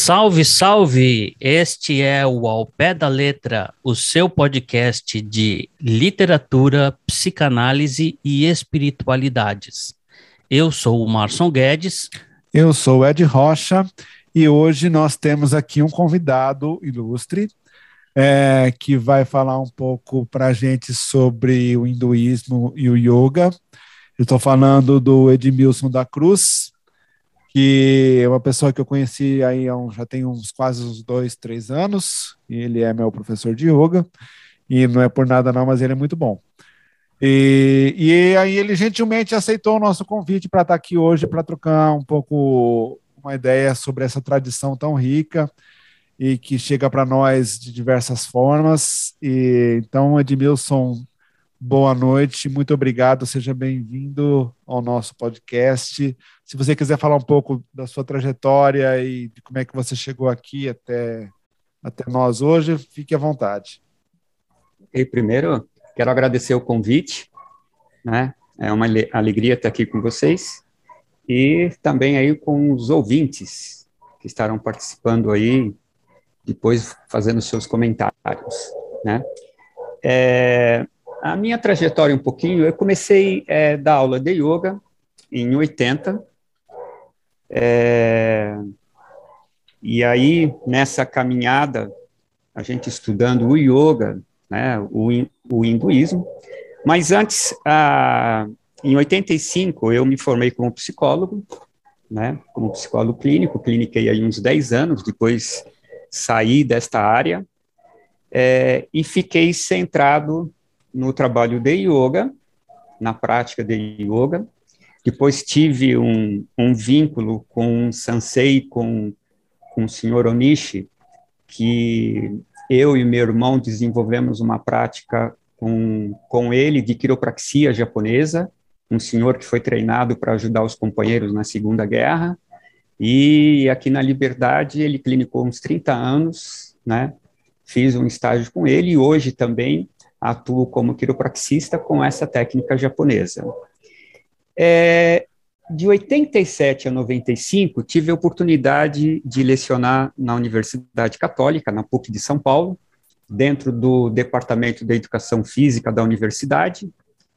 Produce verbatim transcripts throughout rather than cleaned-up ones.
Salve, salve! Este é o Ao Pé da Letra, o seu podcast de literatura, psicanálise e espiritualidades. Eu sou o Marson Guedes. Eu sou o Ed Rocha e hoje nós temos aqui um convidado ilustre é, que vai falar um pouco para a gente sobre o hinduísmo e o yoga. Eu estou falando do Edmilson da Cruz, que é uma pessoa que eu conheci aí há um, já tem uns quase uns dois, três anos, e ele é meu professor de yoga, e não é por nada não, mas ele é muito bom. E, e aí ele gentilmente aceitou o nosso convite para estar aqui hoje para trocar um pouco uma ideia sobre essa tradição tão rica e que chega para nós de diversas formas. E, então, Edmilson, boa noite, muito obrigado, seja bem-vindo ao nosso podcast. Se você quiser falar um pouco da sua trajetória e de como é que você chegou aqui até, até nós hoje, fique à vontade. E primeiro, quero agradecer o convite, né? É uma alegria estar aqui com vocês e também aí com os ouvintes que estarão participando aí, depois fazendo seus comentários, né? É... A minha trajetória um pouquinho, eu comecei a é, dar aula de yoga em oitenta, é, e aí, nessa caminhada, a gente estudando o yoga, né, o, o hinduísmo, mas antes, a, em oitenta e cinco, eu me formei como psicólogo, né, como psicólogo clínico, cliniquei aí uns dez anos, depois saí desta área, é, e fiquei centrado no trabalho de yoga, na prática de yoga. Depois tive um, um vínculo com um sensei, com, com o senhor Onishi, que eu e meu irmão desenvolvemos uma prática com, com ele de quiropraxia japonesa, um senhor que foi treinado para ajudar os companheiros na Segunda Guerra, e aqui na Liberdade ele clinicou uns trinta anos, né? Fiz um estágio com ele e hoje também atuo como quiropraxista com essa técnica japonesa. É, de oitenta e sete a noventa e cinco, tive a oportunidade de lecionar na Universidade Católica, na PUC de São Paulo, dentro do Departamento de Educação Física da universidade,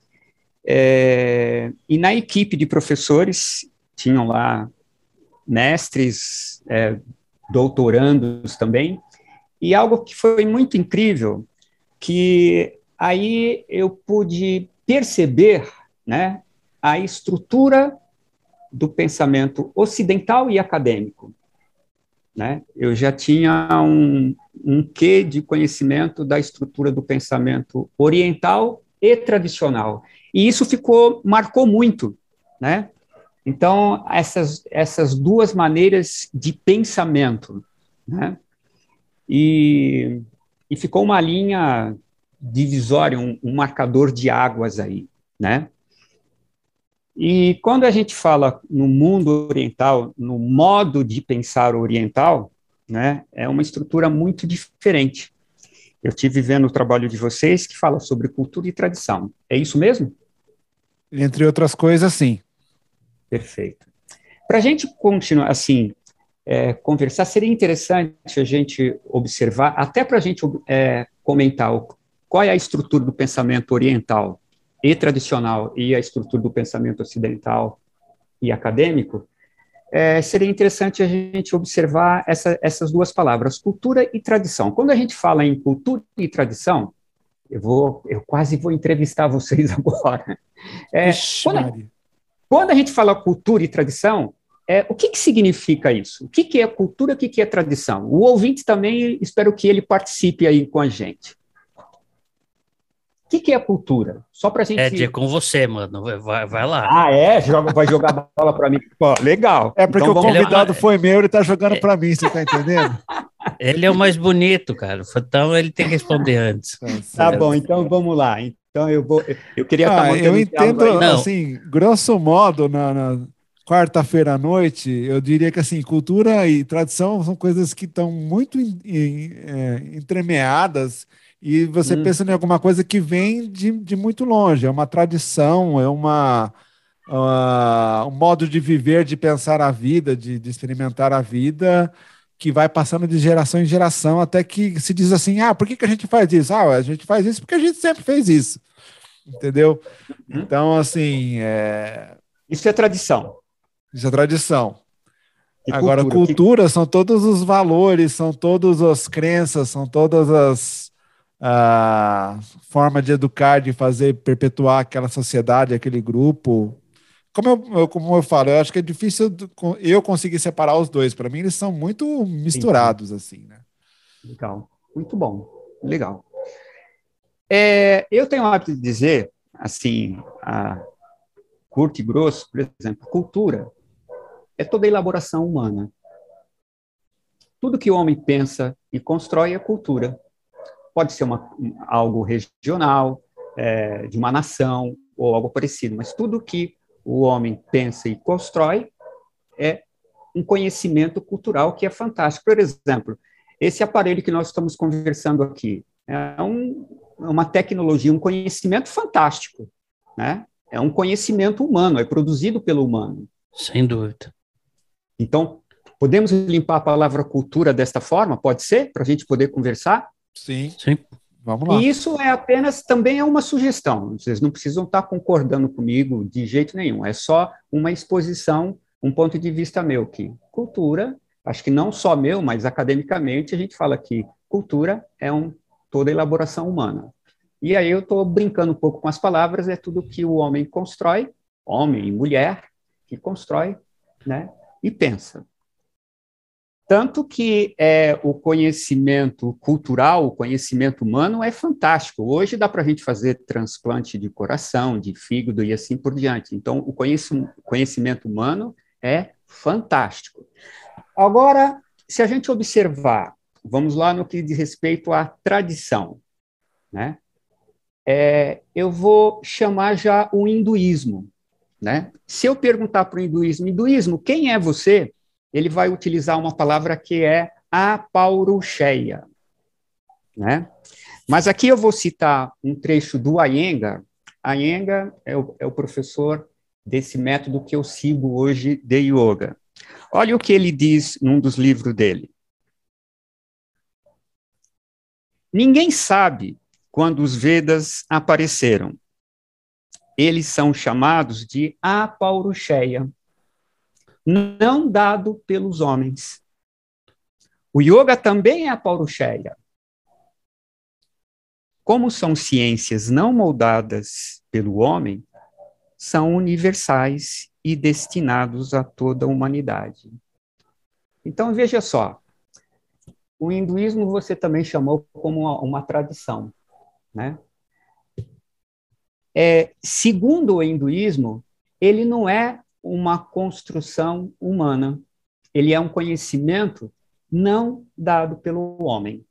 é, e na equipe de professores, tinham lá mestres, é, doutorandos também, e algo que foi muito incrível, que aí eu pude perceber, né, a estrutura do pensamento ocidental e acadêmico, né? Eu já tinha um, um quê de conhecimento da estrutura do pensamento oriental e tradicional, e isso ficou, marcou muito, né? Então, essas, essas duas maneiras de pensamento, né? E... E ficou uma linha divisória, um, um marcador de águas aí, né? E quando a gente fala no mundo oriental, no modo de pensar oriental, né, é uma estrutura muito diferente. Eu estive vendo o trabalho de vocês que fala sobre cultura e tradição. É isso mesmo? Entre outras coisas, sim. Perfeito. Para a gente continuar assim, É, conversar, seria interessante a gente observar, até para a gente é, comentar o, qual é a estrutura do pensamento oriental e tradicional e a estrutura do pensamento ocidental e acadêmico, é, seria interessante a gente observar essa, essas duas palavras, cultura e tradição. Quando a gente fala em cultura e tradição, eu, vou, eu quase vou entrevistar vocês agora. É, Ixi, quando, a, quando a gente fala cultura e tradição, É, o que, que significa isso? O que, que é cultura, o que, que é tradição? O ouvinte também, espero que ele participe aí com a gente. O que, que é cultura? Só para a gente... Ed, é com você, mano, vai, vai lá. Ah, é? Joga, vai jogar bola para mim? Pô, legal. É porque então, o convidado é uma... foi meu, ele está jogando é... para mim, você está entendendo? Ele é o mais bonito, cara, então ele tem que responder antes. Tá, tá bom, então vamos lá. Então eu vou... Eu queria ah, estar Eu entendo, assim, grosso modo, na... na... quarta-feira à noite, eu diria que assim, cultura e tradição são coisas que estão muito in, in, é, entremeadas e você hum. pensa em alguma coisa que vem de, de muito longe, é uma tradição, é uma, uh, um modo de viver, de pensar a vida, de, de experimentar a vida que vai passando de geração em geração, até que se diz assim, ah, por que, que a gente faz isso? Ah, a gente faz isso porque a gente sempre fez isso, entendeu? Uhum. Então, assim, é... Isso é tradição. isso é tradição. E Agora, cultura. cultura são todos os valores, são todas as crenças, são todas as ah, formas de educar, de fazer, perpetuar aquela sociedade, aquele grupo. Como eu, eu- como eu falo, eu acho que é difícil do- co- eu conseguir separar os dois. Para mim, eles são muito Entendi. misturados, assim, né? Legal. Muito bom. Legal. É, eu tenho o hábito de dizer, assim, a curto e grosso, por exemplo, cultura é toda a elaboração humana. Tudo que o homem pensa e constrói é cultura. Pode ser uma, algo regional, é, de uma nação, ou algo parecido, mas tudo que o homem pensa e constrói é um conhecimento cultural que é fantástico. Por exemplo, esse aparelho que nós estamos conversando aqui é um, uma tecnologia, um conhecimento fantástico, né? É um conhecimento humano, é produzido pelo humano. Sem dúvida. Então, podemos limpar a palavra cultura desta forma? Pode ser? Para a gente poder conversar? Sim, Sim. vamos lá. E isso é apenas, também é uma sugestão. Vocês não precisam estar concordando comigo de jeito nenhum. É só uma exposição, um ponto de vista meu que cultura, acho que não só meu, mas academicamente a gente fala que cultura é um, toda elaboração humana. E aí eu estou brincando um pouco com as palavras, é tudo que o homem constrói, homem e mulher, que constrói, né, e pensa. Tanto que é, o conhecimento cultural, o conhecimento humano é fantástico. Hoje dá para a gente fazer transplante de coração, de fígado e assim por diante. Então, o conhecimento humano é fantástico. Agora, se a gente observar, vamos lá no que diz respeito à tradição, né? É, eu vou chamar já o hinduísmo, né? Se eu perguntar para o hinduísmo, hinduísmo, quem é você? Ele vai utilizar uma palavra que é apaurucheia, né? Mas aqui eu vou citar um trecho do Iyengar. Iyengar é o, é o professor desse método que eu sigo hoje de yoga. Olha o que ele diz num dos livros dele. Ninguém sabe quando os Vedas apareceram. Eles são chamados de apaurucheia, não dado pelos homens. O yoga também é a paurucheia. Como são ciências não moldadas pelo homem, são universais e destinados a toda a humanidade. Então, veja só, o hinduísmo você também chamou como uma, uma tradição, né? É, segundo o hinduísmo, ele não é uma construção humana, ele é um conhecimento não dado pelo homem.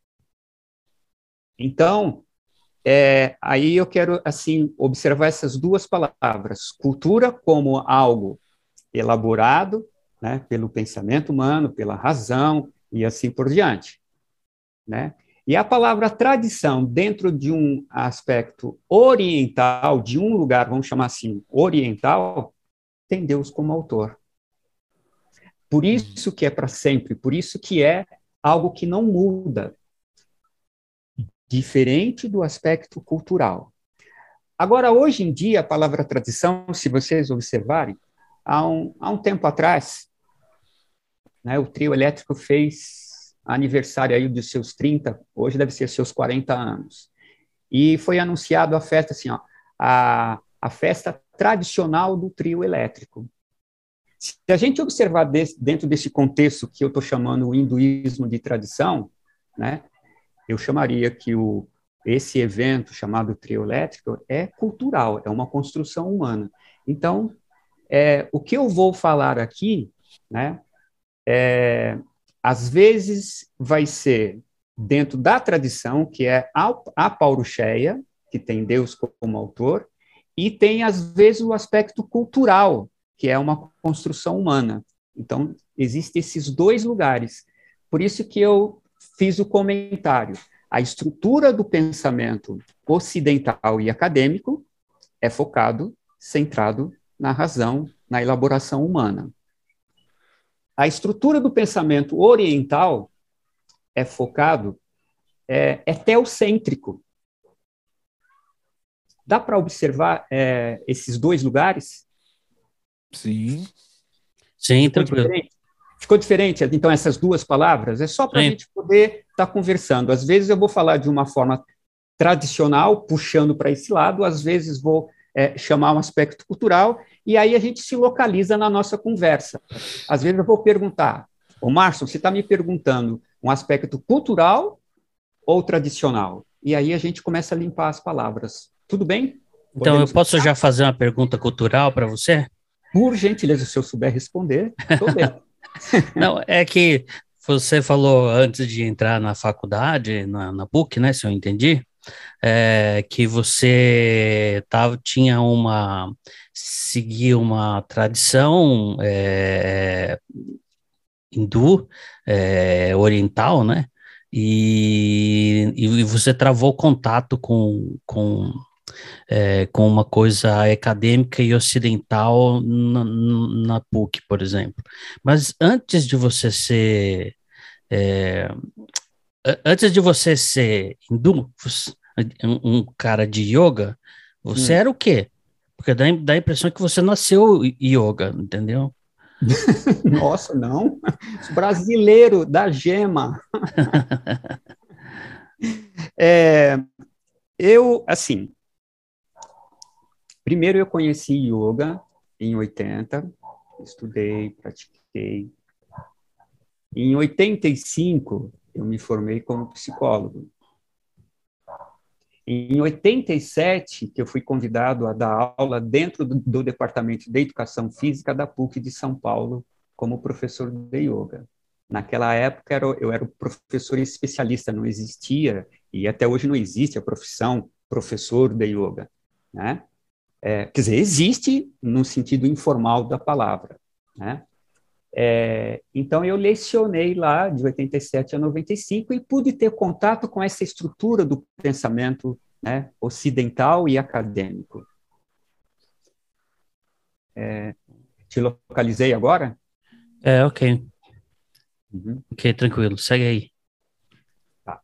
Então, é, aí eu quero assim observar essas duas palavras, cultura como algo elaborado, né, pelo pensamento humano, pela razão e assim por diante, né? E a palavra tradição dentro de um aspecto oriental, de um lugar, vamos chamar assim, oriental, tem Deus como autor. Por isso que é para sempre, por isso que é algo que não muda, diferente do aspecto cultural. Agora, hoje em dia, a palavra tradição, se vocês observarem, há um, há um tempo atrás, né, o trio elétrico fez aniversário aí dos seus trinta, hoje deve ser seus quarenta anos. E foi anunciado a festa, assim, ó, a, a festa tradicional do trio elétrico. Se a gente observar desse, dentro desse contexto que eu estou chamando o hinduísmo de tradição, né, eu chamaria que o, esse evento chamado trio elétrico é cultural, é uma construção humana. Então, é, o que eu vou falar aqui, né, é, às vezes vai ser dentro da tradição, que é a, a paurucheia, que tem Deus como autor, e tem, às vezes, o aspecto cultural, que é uma construção humana. Então, existem esses dois lugares. Por isso que eu fiz o comentário. A estrutura do pensamento ocidental e acadêmico é focado, centrado na razão, na elaboração humana. a estrutura do pensamento oriental é focado, é, é teocêntrico. Dá para observar é, esses dois lugares? Sim. Sim, Ficou tranquilo. diferente? Ficou diferente, então, essas duas palavras? É só para a Sim. gente poder estar tá conversando. Às vezes eu vou falar de uma forma tradicional, puxando para esse lado, às vezes vou é, chamar um aspecto cultural, e aí a gente se localiza na nossa conversa. Às vezes eu vou perguntar, ô Márcio, você está me perguntando um aspecto cultural ou tradicional? E aí a gente começa a limpar as palavras. Tudo bem? Então, eu Podemos posso começar? já fazer uma pergunta cultural para você? Por gentileza, se eu souber responder, estou dentro. Não, é que você falou antes de entrar na faculdade, na, na PUC, né, se eu entendi, é, que você tava, tinha uma, seguia uma tradição é, hindu, é, oriental, né, e, e você travou contato com, com é, com uma coisa acadêmica e ocidental na, na PUC, por exemplo. Mas antes de você ser é, antes de você ser hindu, um, um cara de yoga, você Hum. era o quê? Porque dá, dá a impressão que você nasceu yoga, entendeu? Nossa, não. Brasileiro da gema. É, eu, assim, primeiro eu conheci yoga em oitenta, estudei, pratiquei. Em oitenta e cinco, eu me formei como psicólogo. Em oitenta e sete, que eu fui convidado a dar aula dentro do, do Departamento de Educação Física da PUC de São Paulo, como professor de yoga. Naquela época, eu era o professor especialista, não existia, e até hoje não existe a profissão professor de yoga, né? É, quer dizer, existe no sentido informal da palavra, né? É, então, eu lecionei lá de oitenta e sete a noventa e cinco e pude ter contato com essa estrutura do pensamento, né, ocidental e acadêmico. É, te localizei agora? É, ok. Uhum. Ok, tranquilo. Segue aí. Tá.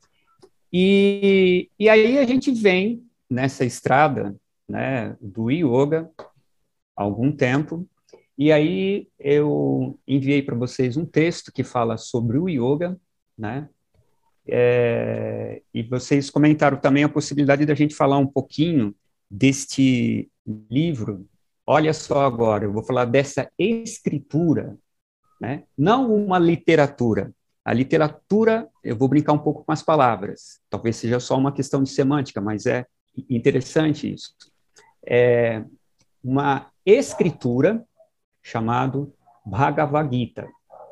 E, e aí a gente vem nessa estrada, né, do yoga há algum tempo, e aí eu enviei para vocês um texto que fala sobre o yoga, né? É, e vocês comentaram também a possibilidade da gente falar um pouquinho deste livro. Olha só agora, eu vou falar dessa escritura, né? Não uma literatura. A literatura, eu vou brincar um pouco com as palavras, talvez seja só uma questão de semântica, mas é interessante isso. É uma escritura chamado Bhagavad Gita.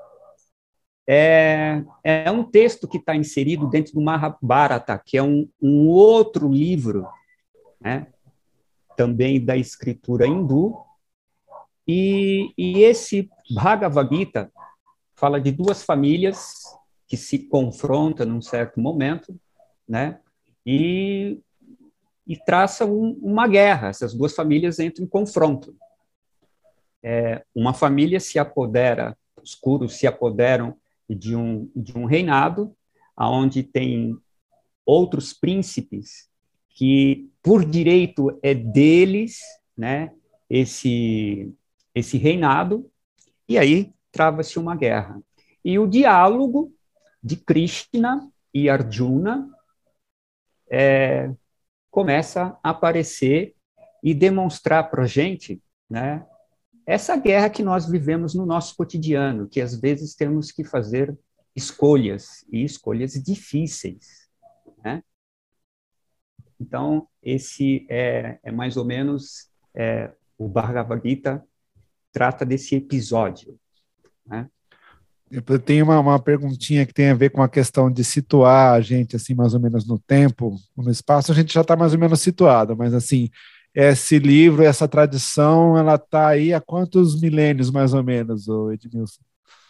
É, é um texto que está inserido dentro do Mahabharata, que é um, um outro livro, né, também da escritura hindu, e, e esse Bhagavad Gita fala de duas famílias que se confrontam num certo momento, né, e, e traça um, uma guerra. Essas duas famílias entram em confronto. É, uma família se apodera, os Kurus se apoderam de um, de um reinado, onde tem outros príncipes que, por direito, é deles, né, esse, esse reinado, e aí trava-se uma guerra. E o diálogo de Krishna e Arjuna é, começa a aparecer e demonstrar para a gente, né, essa guerra que nós vivemos no nosso cotidiano, que às vezes temos que fazer escolhas, e escolhas difíceis, né? Então, esse é, é mais ou menos, é, o Bhagavad Gita trata desse episódio, né? Eu tenho uma, uma perguntinha que tem a ver com a questão de situar a gente, assim, mais ou menos no tempo, no espaço, a gente já está mais ou menos situado, mas, assim, esse livro, essa tradição, ela está aí há quantos milênios, mais ou menos, Edmilson?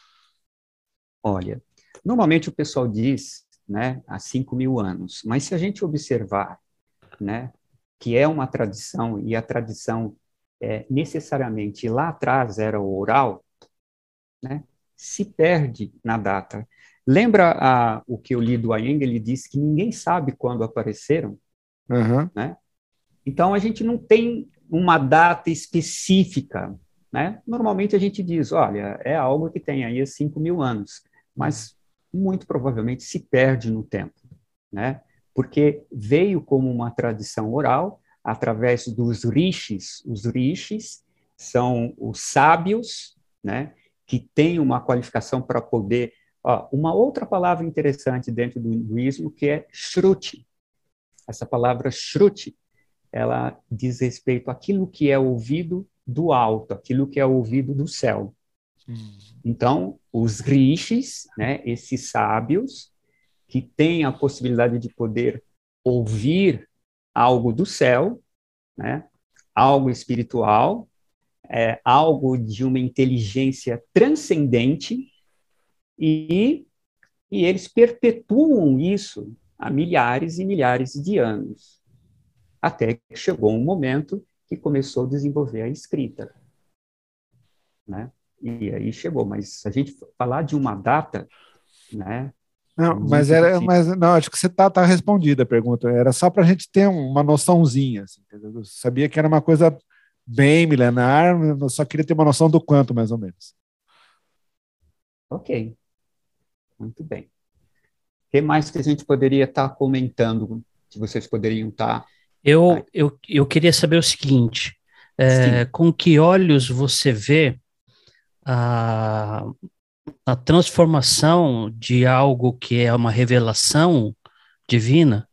Olha, normalmente o pessoal diz, né, há cinco mil anos, mas se a gente observar, né, que é uma tradição, e a tradição é, necessariamente lá atrás era o oral, né, se perde na data. Lembra a, o que eu li do Iyengar? Ele disse que ninguém sabe quando apareceram, Uhum. né? Então, a gente não tem uma data específica, né? Normalmente a gente diz, olha, é algo que tem aí há cinco mil anos, mas muito provavelmente se perde no tempo, né? Porque veio como uma tradição oral, através dos rishis. Os rishis são os sábios, né? Que têm uma qualificação para poder... Ó, uma outra palavra interessante dentro do hinduísmo que é shruti. Essa palavra shruti, ela diz respeito àquilo que é ouvido do alto, aquilo que é ouvido do céu. Hum. Então, os rishis, né, esses sábios, que têm a possibilidade de poder ouvir algo do céu, né, algo espiritual, é, algo de uma inteligência transcendente, e, e eles perpetuam isso há milhares e milhares de anos. Até que chegou um momento que começou a desenvolver a escrita, né? E aí chegou, mas se a gente falar de uma data, né, é Não, mas muito era, difícil. mas não, acho que você tá, tá respondida a pergunta. Era só para a gente ter uma noçãozinha, assim, entendeu? Eu sabia que era uma coisa bem milenar, eu só queria ter uma noção do quanto, mais ou menos. Ok, muito bem. O que mais que a gente poderia estar comentando, que vocês poderiam estar... Eu, eu, eu queria saber o seguinte: é, Sim. com que olhos você vê a, a transformação de algo que é uma revelação divina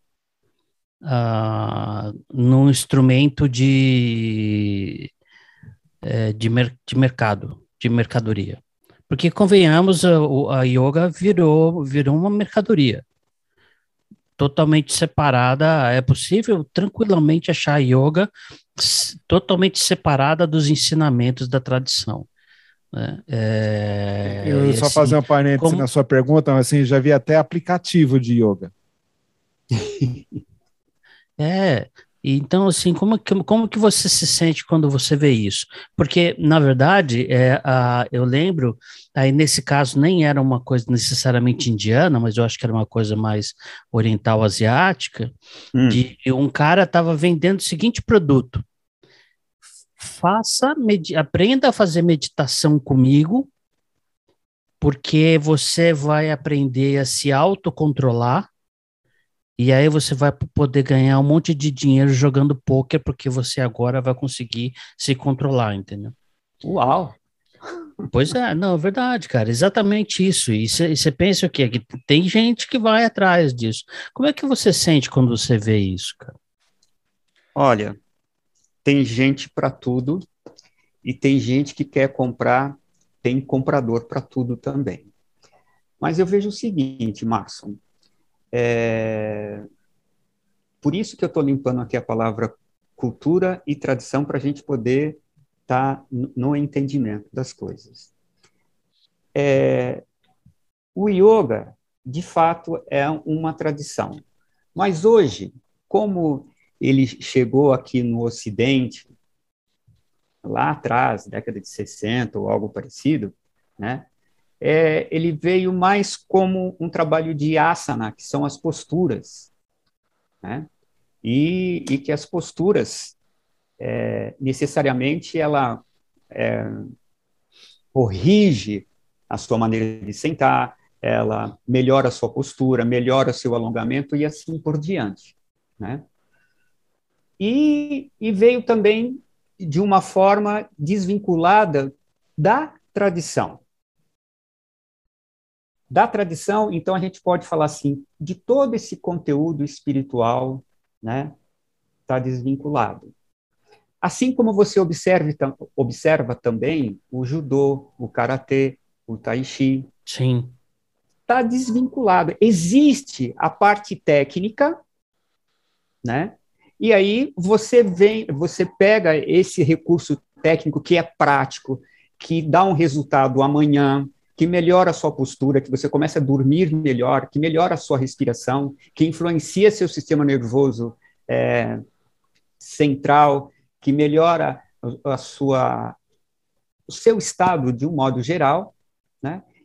ah, num instrumento de, é, de, mer de mercado, de mercadoria? Porque, convenhamos, a, a yoga virou, virou uma mercadoria totalmente separada. É possível tranquilamente achar yoga totalmente separada dos ensinamentos da tradição, né? É, Eu e só fazer assim, um parêntese na como sua pergunta, assim, já vi até aplicativo de yoga. é, então assim, como que, como que você se sente quando você vê isso? Porque, na verdade, é, a, eu lembro, aí nesse caso nem era uma coisa necessariamente indiana, mas eu acho que era uma coisa mais oriental asiática, Hum. de um cara estava vendendo o seguinte produto: faça, aprenda a fazer meditação comigo, porque você vai aprender a se autocontrolar, e aí você vai poder ganhar um monte de dinheiro jogando pôquer, porque você agora vai conseguir se controlar, entendeu? Uau! Pois é, não, é verdade, cara, exatamente isso. E você pensa o quê? Que tem gente que vai atrás disso. Como é que você sente quando você vê isso, cara? Olha, tem gente para tudo e tem gente que quer comprar, tem comprador para tudo também. Mas eu vejo o seguinte, Márcio, é... por isso que eu estou limpando aqui a palavra cultura e tradição para a gente poder estar tá no entendimento das coisas. É... O yoga, de fato, é uma tradição. Mas hoje, como ele chegou aqui no Ocidente, lá atrás, década de sessenta ou algo parecido, né? É, ele veio mais como um trabalho de asana, que são as posturas, né? E, e que as posturas, é, necessariamente, ela é, corrige a sua maneira de sentar, ela melhora a sua postura, melhora seu alongamento e assim por diante, né? E, e veio também de uma forma desvinculada da tradição. Da tradição, então, a gente pode falar assim, de todo esse conteúdo espiritual, né, está desvinculado. Assim como você observe, observa também o judô, o karatê, o tai chi, Sim. está desvinculado. Existe a parte técnica, né? E aí você vem, você pega esse recurso técnico que é prático, que dá um resultado amanhã, que melhora a sua postura, que você começa a dormir melhor, que melhora a sua respiração, que influencia seu sistema nervoso é, central, que melhora a sua, o seu estado de um modo geral, né?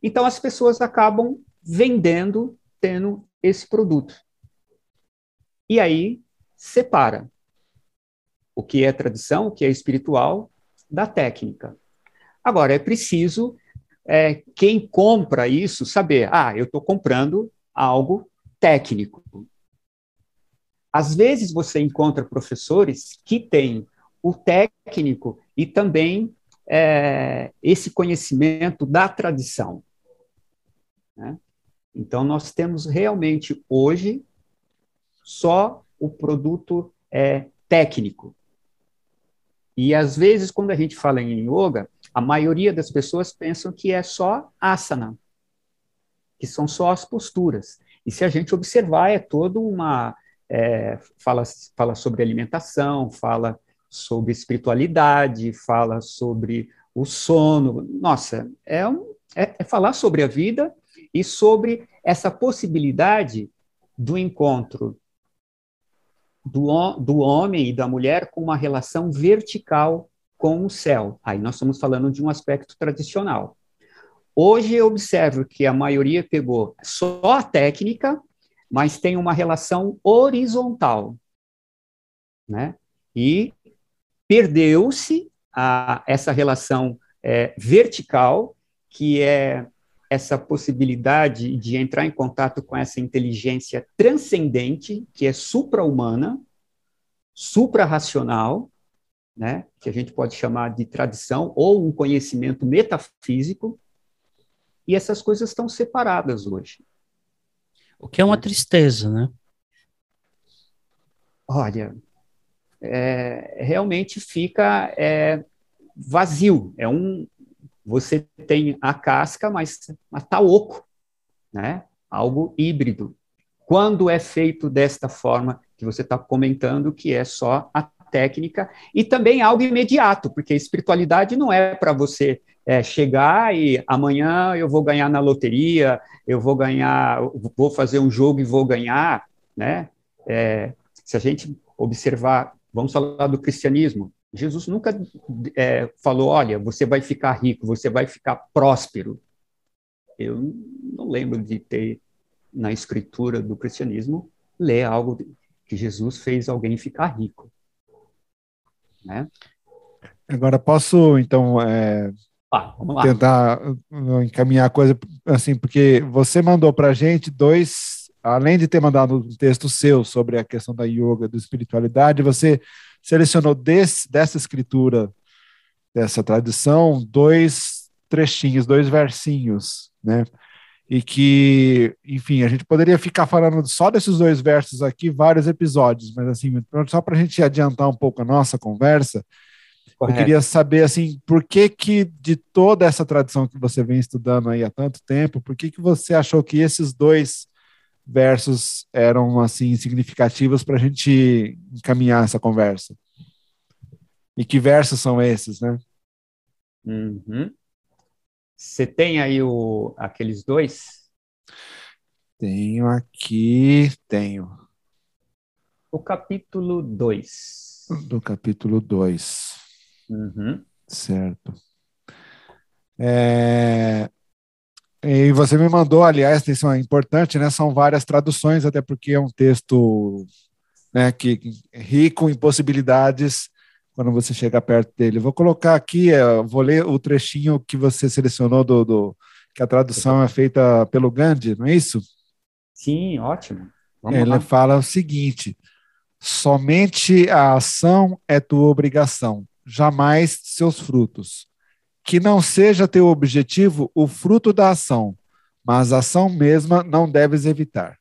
Então, as pessoas acabam vendendo, tendo esse produto. E aí, separa o que é tradição, o que é espiritual, da técnica. Agora, é preciso, é, quem compra isso, saber, ah, eu estou comprando algo técnico. Às vezes, você encontra professores que têm o técnico e também é, esse conhecimento da tradição, né? Então, nós temos realmente, hoje, só o produto é, técnico. E, às vezes, quando a gente fala em yoga, a maioria das pessoas pensam que é só asana, que são só as posturas. E, se a gente observar, é toda uma... É, fala, fala sobre alimentação, fala sobre espiritualidade, fala sobre o sono. Nossa, é, um, é, é falar sobre a vida e sobre essa possibilidade do encontro do, do homem e da mulher com uma relação vertical com o céu. Aí nós estamos falando de um aspecto tradicional. Hoje eu observo que a maioria pegou só a técnica, mas tem uma relação horizontal, né? E perdeu-se essa relação é, vertical, que é essa possibilidade de entrar em contato com essa inteligência transcendente, que é supra-humana, supra-racional, né, que a gente pode chamar de tradição, ou um conhecimento metafísico, e essas coisas estão separadas hoje. O que é uma né? tristeza, né? Olha, é, realmente fica é, vazio. É um, você tem a casca, mas está oco, né? Algo híbrido. Quando é feito desta forma que você está comentando, que é só a técnica, e também algo imediato, porque a espiritualidade não é para você é, chegar e amanhã eu vou ganhar na loteria, eu vou ganhar, vou fazer um jogo e vou ganhar, né? É, se a gente observar, vamos falar do cristianismo, Jesus nunca é, falou, olha, você vai ficar rico, você vai ficar próspero. Eu não lembro de ter, na escritura do cristianismo, ler algo que Jesus fez alguém ficar rico. Né? Agora, posso, então, é, ah, vamos lá. tentar encaminhar a coisa, assim, porque você mandou para a gente dois, além de ter mandado um texto seu sobre a questão da yoga, da espiritualidade, você selecionou desse, dessa escritura, dessa tradição, dois trechinhos, dois versinhos, né? E que, enfim, a gente poderia ficar falando só desses dois versos aqui vários episódios, mas assim, só para a gente adiantar um pouco a nossa conversa, Correto. Eu queria saber, assim, por que que de toda essa tradição que você vem estudando aí há tanto tempo, por que que você achou que esses dois versos eram, assim, significativos para a gente encaminhar essa conversa? E que versos são esses, né? Uhum. Você tem aí o, aqueles dois? Tenho aqui, tenho. O capítulo dois. Do capítulo dois. Uhum. Certo. É... E você me mandou, aliás, isso é importante, né? São várias traduções, até porque é um texto, né, que é rico em possibilidades quando você chega perto dele. Vou colocar aqui, vou ler o trechinho que você selecionou do, do que a tradução é feita pelo Gandhi, não é isso? Sim, ótimo. Vamos Ele lá. fala o seguinte: somente a ação é tua obrigação, jamais seus frutos. Que não seja teu objetivo o fruto da ação, mas a ação mesma não deves evitar.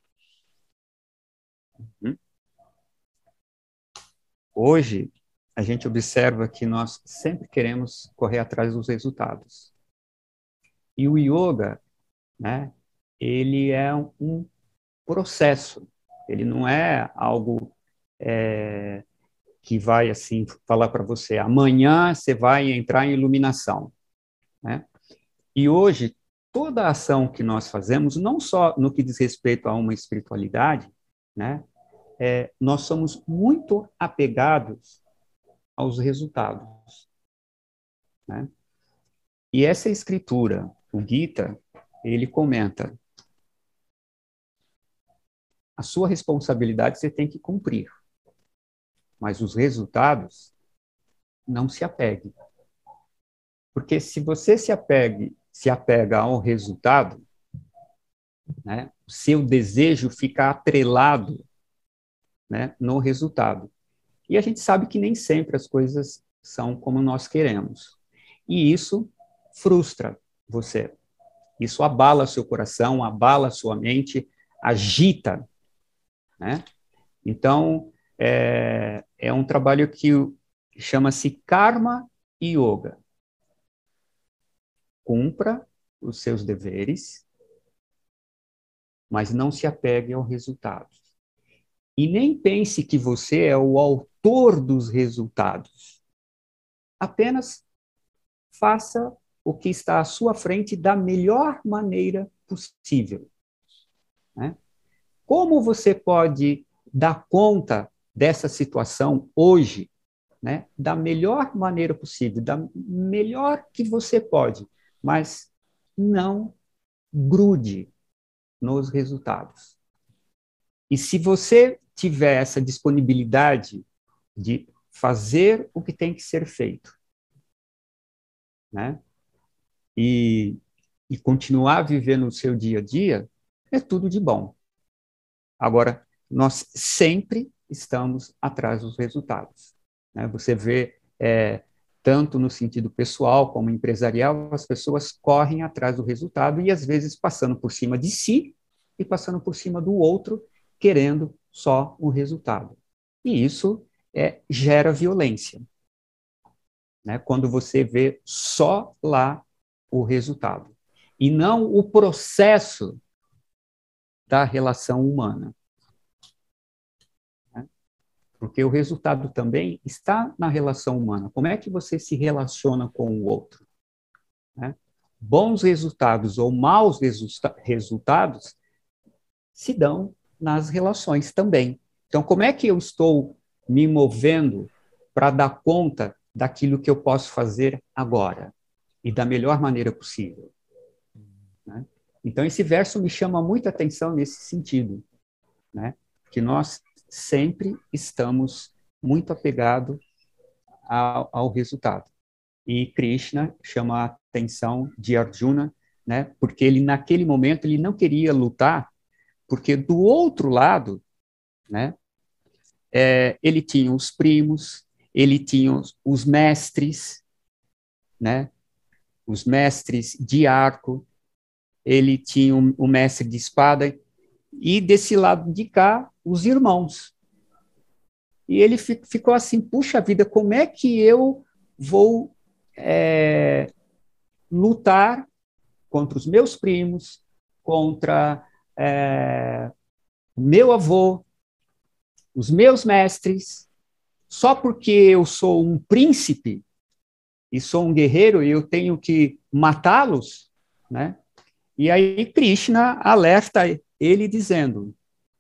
Hoje, a gente observa que nós sempre queremos correr atrás dos resultados. E o yoga, né, ele é um processo, ele não é algo é, que vai assim falar para você, amanhã você vai entrar em iluminação. Né? E hoje, toda a ação que nós fazemos, não só no que diz respeito a uma espiritualidade, né, é, nós somos muito apegados aos resultados. Né? E essa escritura o Gita, ele comenta: a sua responsabilidade você tem que cumprir, mas os resultados, não se apegue. Porque se você se apegue, se apega ao resultado, né, o seu desejo fica atrelado, né, no resultado. E a gente sabe que nem sempre as coisas são como nós queremos. E isso frustra você. Isso abala seu coração, abala sua mente, agita, né? Então, é, é um trabalho que chama-se Karma Yoga. Cumpra os seus deveres, mas não se apegue ao resultado. E nem pense que você é o autor dos resultados. Apenas faça o que está à sua frente da melhor maneira possível, né? Como você pode dar conta dessa situação hoje, né, da melhor maneira possível, da melhor que você pode, mas não grude nos resultados. E se você tiver essa disponibilidade de fazer o que tem que ser feito, né, e, e continuar vivendo o seu dia a dia, é tudo de bom. Agora, nós sempre estamos atrás dos resultados, né? Você vê, é, tanto no sentido pessoal como empresarial, as pessoas correm atrás do resultado e, às vezes, passando por cima de si e passando por cima do outro, querendo só o resultado. E isso é, gera violência, né? Quando você vê só lá o resultado, e não o processo da relação humana. Porque o resultado também está na relação humana. Como é que você se relaciona com o outro, né? Bons resultados ou maus resulta- resultados se dão nas relações também. Então, como é que eu estou me movendo para dar conta daquilo que eu posso fazer agora e da melhor maneira possível, né? Então, esse verso me chama muita atenção nesse sentido, né? Que nós sempre estamos muito apegados ao, ao resultado. E Krishna chama a atenção de Arjuna, né? Porque ele, naquele momento, ele não queria lutar, porque do outro lado, né, é, ele tinha os primos, ele tinha os, os mestres, né, os mestres de arco, ele tinha o, o mestre de espada, e desse lado de cá, os irmãos. E ele fi, ficou assim, puxa vida, como é que eu vou é, lutar contra os meus primos, contra é, o meu avô, os meus mestres, só porque eu sou um príncipe e sou um guerreiro e eu tenho que matá-los, né? E aí Krishna alerta ele dizendo: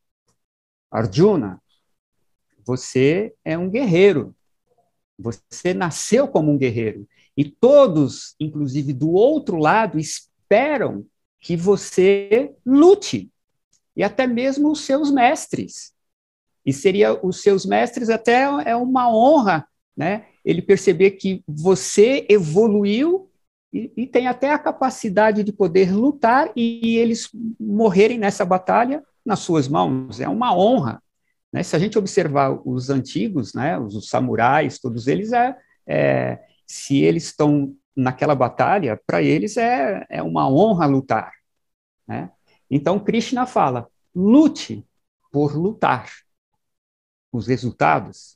Arjuna, você é um guerreiro, você nasceu como um guerreiro, e todos, inclusive do outro lado, esperam que você lute, e até mesmo os seus mestres. E seria os seus mestres até é uma honra, né, ele perceber que você evoluiu e, e tem até a capacidade de poder lutar e, e eles morrerem nessa batalha nas suas mãos. É uma honra, né? Se a gente observar os antigos, né, os, os samurais, todos eles, é, é, se eles estão naquela batalha, para eles é, é uma honra lutar, né? Então, Krishna fala, lute por lutar. Os resultados,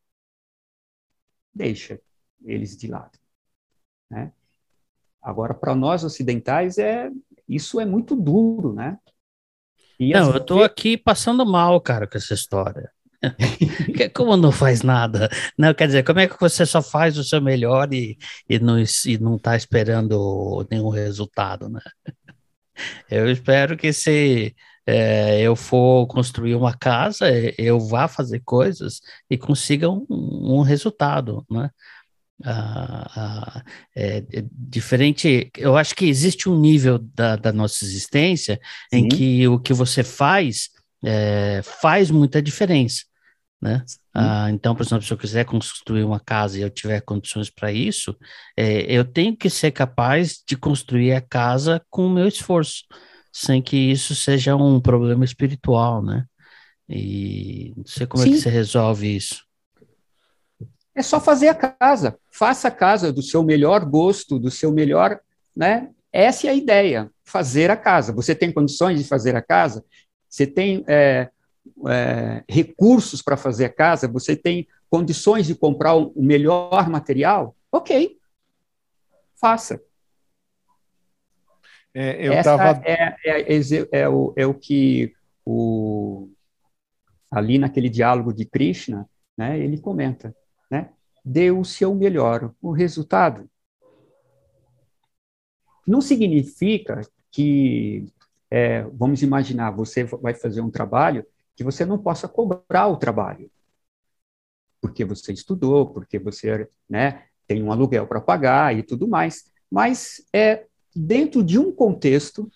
deixa eles de lado, né? Agora, para nós ocidentais, é, isso é muito duro, né? E Não, às eu tô vezes, aqui passando mal, cara, com essa história. Que- Como não faz nada? Não, quer dizer, como é que você só faz o seu melhor e, e não, e não tá esperando nenhum resultado, né? Eu espero que se é, eu for construir uma casa, eh, eu vá fazer coisas e consiga um, um resultado, né? Ah, ah, é, é diferente. Eu acho que existe um nível da, da nossa existência em Sim, que o que você faz é, faz muita diferença, né? sim, Ah, então, por exemplo, se eu quiser construir uma casa e eu tiver condições para isso, é, eu tenho que ser capaz de construir a casa com o meu esforço, sem que isso seja um problema espiritual, né? E não sei como é que sim. você resolve isso. É só fazer a casa. Faça a casa do seu melhor gosto, do seu melhor, né? Essa é a ideia, fazer a casa. Você tem condições de fazer a casa? Você tem é, é, recursos para fazer a casa? Você tem condições de comprar o melhor material? Ok, faça. É, eu Essa estava. é, é, é, é, o, é o que o, ali naquele diálogo de Krishna, né, ele comenta, né? Dê o seu melhor. O resultado não significa que, é, vamos imaginar, você vai fazer um trabalho que você não possa cobrar o trabalho, porque você estudou, porque você, né, tem um aluguel para pagar e tudo mais. Mas é dentro de um contexto,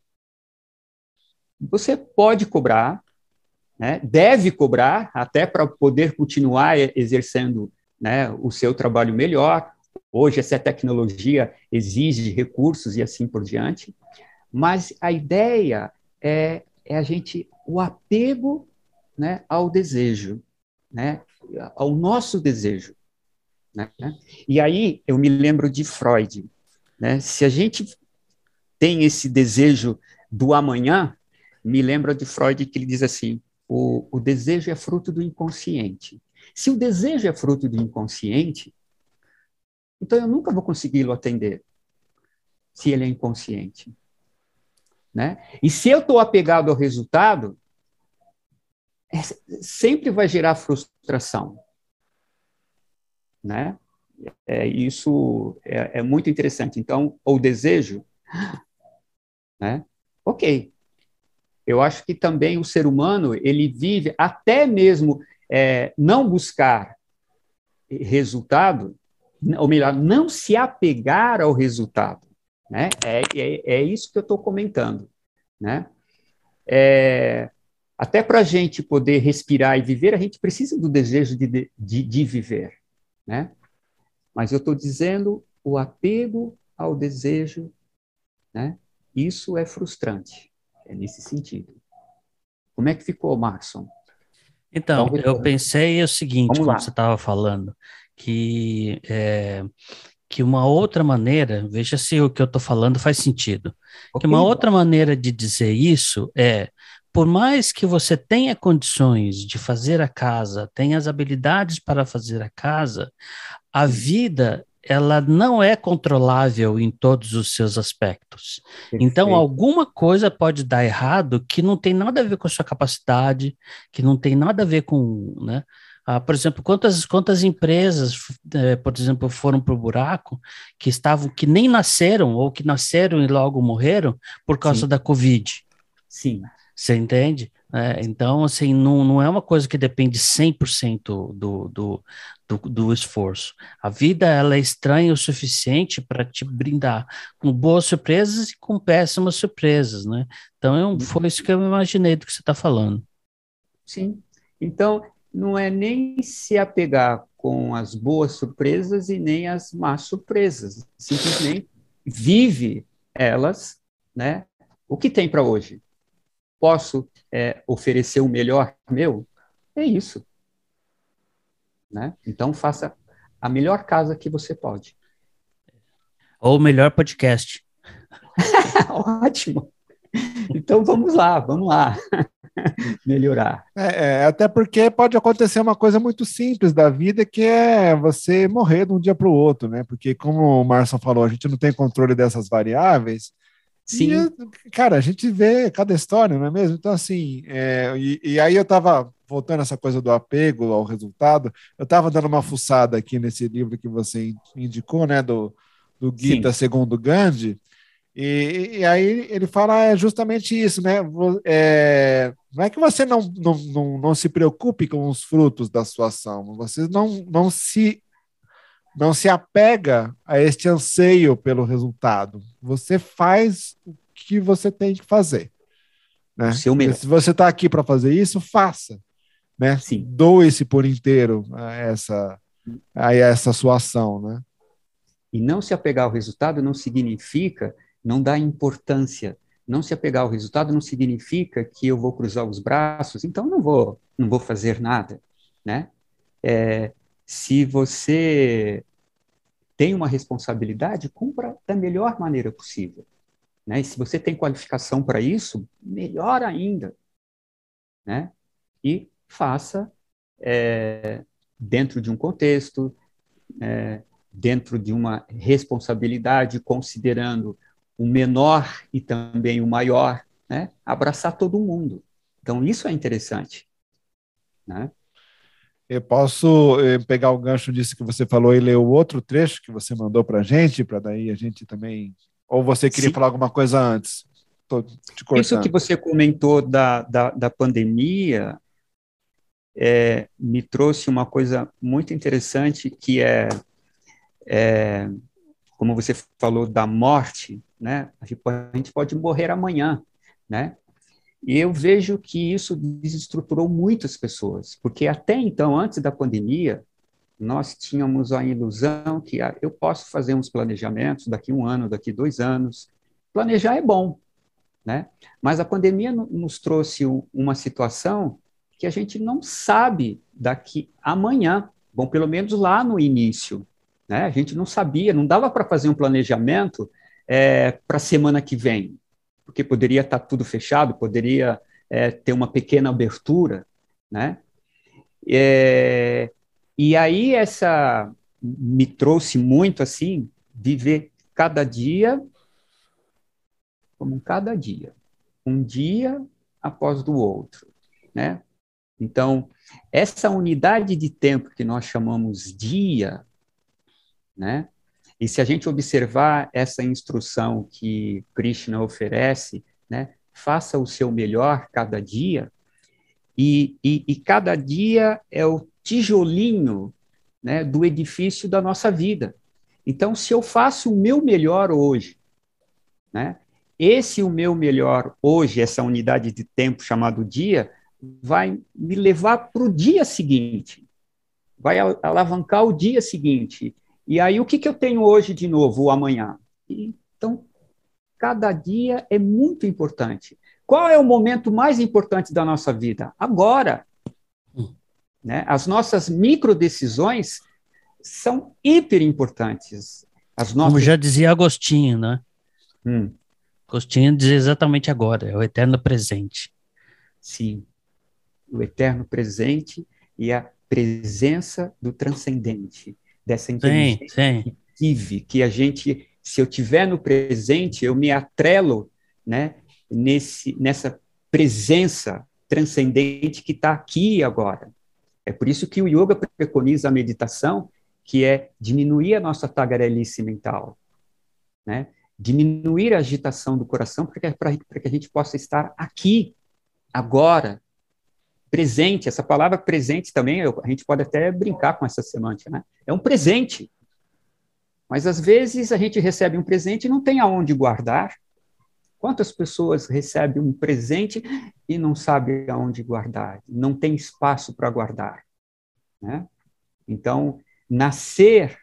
você pode cobrar, né, deve cobrar, até para poder continuar exercendo, né, o seu trabalho melhor. Hoje, essa tecnologia exige recursos e assim por diante. Mas a ideia é, é a gente, o apego, né, ao desejo, né, ao nosso desejo. Né? E aí eu me lembro de Freud. Né? Se a gente tem esse desejo do amanhã, me lembra de Freud que ele diz assim, o, o desejo é fruto do inconsciente. Se o desejo é fruto do inconsciente, então eu nunca vou consegui-lo atender, se ele é inconsciente. Né? E se eu estou apegado ao resultado, é, sempre vai gerar frustração. Né? É, isso é, é muito interessante. Então, o desejo, né? Ok. Eu acho que também o ser humano, ele vive, até mesmo é, não buscar resultado, ou melhor, não se apegar ao resultado. Né? É, é, é isso que eu estou comentando. Né? É, até para a gente poder respirar e viver, a gente precisa do desejo de, de, de viver. Né? Mas eu estou dizendo o apego ao desejo, né? Isso é frustrante. É nesse sentido. Como é que ficou, Marson? Dá Então, um eu retorno. pensei o seguinte, Vamos quando você lá. estava falando, que, é, que uma outra maneira, veja se o que eu estou falando faz sentido, que Ok, uma outra maneira de dizer isso é, por mais que você tenha condições de fazer a casa, tenha as habilidades para fazer a casa, a sim, vida ela não é controlável em todos os seus aspectos. Então, perfeito. alguma coisa pode dar errado que não tem nada a ver com a sua capacidade, que não tem nada a ver com, né? Ah, por exemplo, quantas, quantas empresas, eh, por exemplo, foram para o buraco que estavam, que nem nasceram ou que nasceram e logo morreram por causa Sim, da Covid. sim, Você entende? É, então, assim, não, não é uma coisa que depende cem por cento do, do, do, do esforço. A vida, ela é estranha o suficiente para te brindar com boas surpresas e com péssimas surpresas, né? Então, eu, foi isso que eu imaginei do que você está falando. sim. Então, não é nem se apegar com as boas surpresas e nem as más surpresas. Simplesmente vive elas, né? O que tem para hoje? Posso é, oferecer o melhor meu? É isso, né? Então, faça a melhor casa que você pode. Ou melhor podcast. Ótimo. Então, vamos lá, vamos lá melhorar. É, é, até porque pode acontecer uma coisa muito simples da vida, que é você morrer de um dia para o outro, né? Porque, como o Marson falou, a gente não tem controle dessas variáveis. E, Sim, cara, a gente vê cada história, não é mesmo? Então, assim, é, e, e aí eu estava voltando a essa coisa do apego ao resultado, eu estava dando uma fuçada aqui nesse livro que você indicou, né, do, do Gita sim, segundo Gandhi, e, e aí ele fala é justamente isso, né? É, não é que você não, não, não, não se preocupe com os frutos da sua ação, você não, não se não se apega a este anseio pelo resultado. Você faz o que você tem que fazer. Né? O seu melhor. Se você está aqui para fazer isso, faça. Né? Sim. Doe-se por inteiro a essa, a essa sua ação. Né? E não se apegar ao resultado não significa não dar importância. Não se apegar ao resultado não significa que eu vou cruzar os braços, então não vou, não vou fazer nada. Né? É, se você tem uma responsabilidade, cumpra da melhor maneira possível. Né? E se você tem qualificação para isso, melhor ainda. Né? E faça é, dentro de um contexto, é, dentro de uma responsabilidade, considerando o menor e também o maior, né? Abraçar todo mundo. Então, isso é interessante. Né? Eu posso eh, pegar o gancho disso que você falou e ler o outro trecho que você mandou para a gente, para daí a gente também... Ou você queria Sim. falar alguma coisa antes? Estou te cortando. Isso que você comentou da, da, da pandemia é, me trouxe uma coisa muito interessante, que é, é, como você falou, da morte, né? A gente pode morrer amanhã, né? E eu vejo que isso desestruturou muitas pessoas, porque até então, antes da pandemia, nós tínhamos a ilusão que ah, eu posso fazer uns planejamentos daqui um ano, daqui dois anos. Planejar é bom, né? Mas a pandemia nos trouxe uma situação que a gente não sabe daqui amanhã. Bom, pelo menos lá no início, né? A gente não sabia, não dava para fazer um planejamento é, para a semana que vem, porque poderia estar tudo fechado, poderia é, ter uma pequena abertura, né? É, e aí essa me trouxe muito assim, viver cada dia como cada dia, um dia após do outro, né? Então, essa unidade de tempo que nós chamamos dia, né? E se a gente observar essa instrução que Krishna oferece, né? Faça o seu melhor cada dia, e, e, e cada dia é o tijolinho, né, do edifício da nossa vida. Então, se eu faço o meu melhor hoje, né? Esse o meu melhor hoje, essa unidade de tempo chamado dia, vai me levar para o dia seguinte, vai alavancar o dia seguinte. E aí, o que, que eu tenho hoje de novo, ou amanhã? Então, cada dia é muito importante. Qual é o momento mais importante da nossa vida? Agora. Hum. Né? As nossas microdecisões são hiper importantes. As nossas... Como já dizia Agostinho, né? Hum. Agostinho diz exatamente agora, é o eterno presente. Sim, o eterno presente e a presença do transcendente, dessa inteligência sim, sim. que tive, que a gente, se eu tiver no presente, eu me atrelo, né, nesse, nessa presença transcendente que está aqui e agora. É por isso que o yoga preconiza a meditação, que é diminuir a nossa tagarelice mental, né? Diminuir a agitação do coração para que, para que a gente possa estar aqui, agora, presente. Essa palavra presente também, eu, a gente pode até brincar com essa semântica, né? É um presente. Mas, às vezes, a gente recebe um presente e não tem aonde guardar. Quantas pessoas recebem um presente e não sabem aonde guardar? Não tem espaço para guardar, né? Então, nascer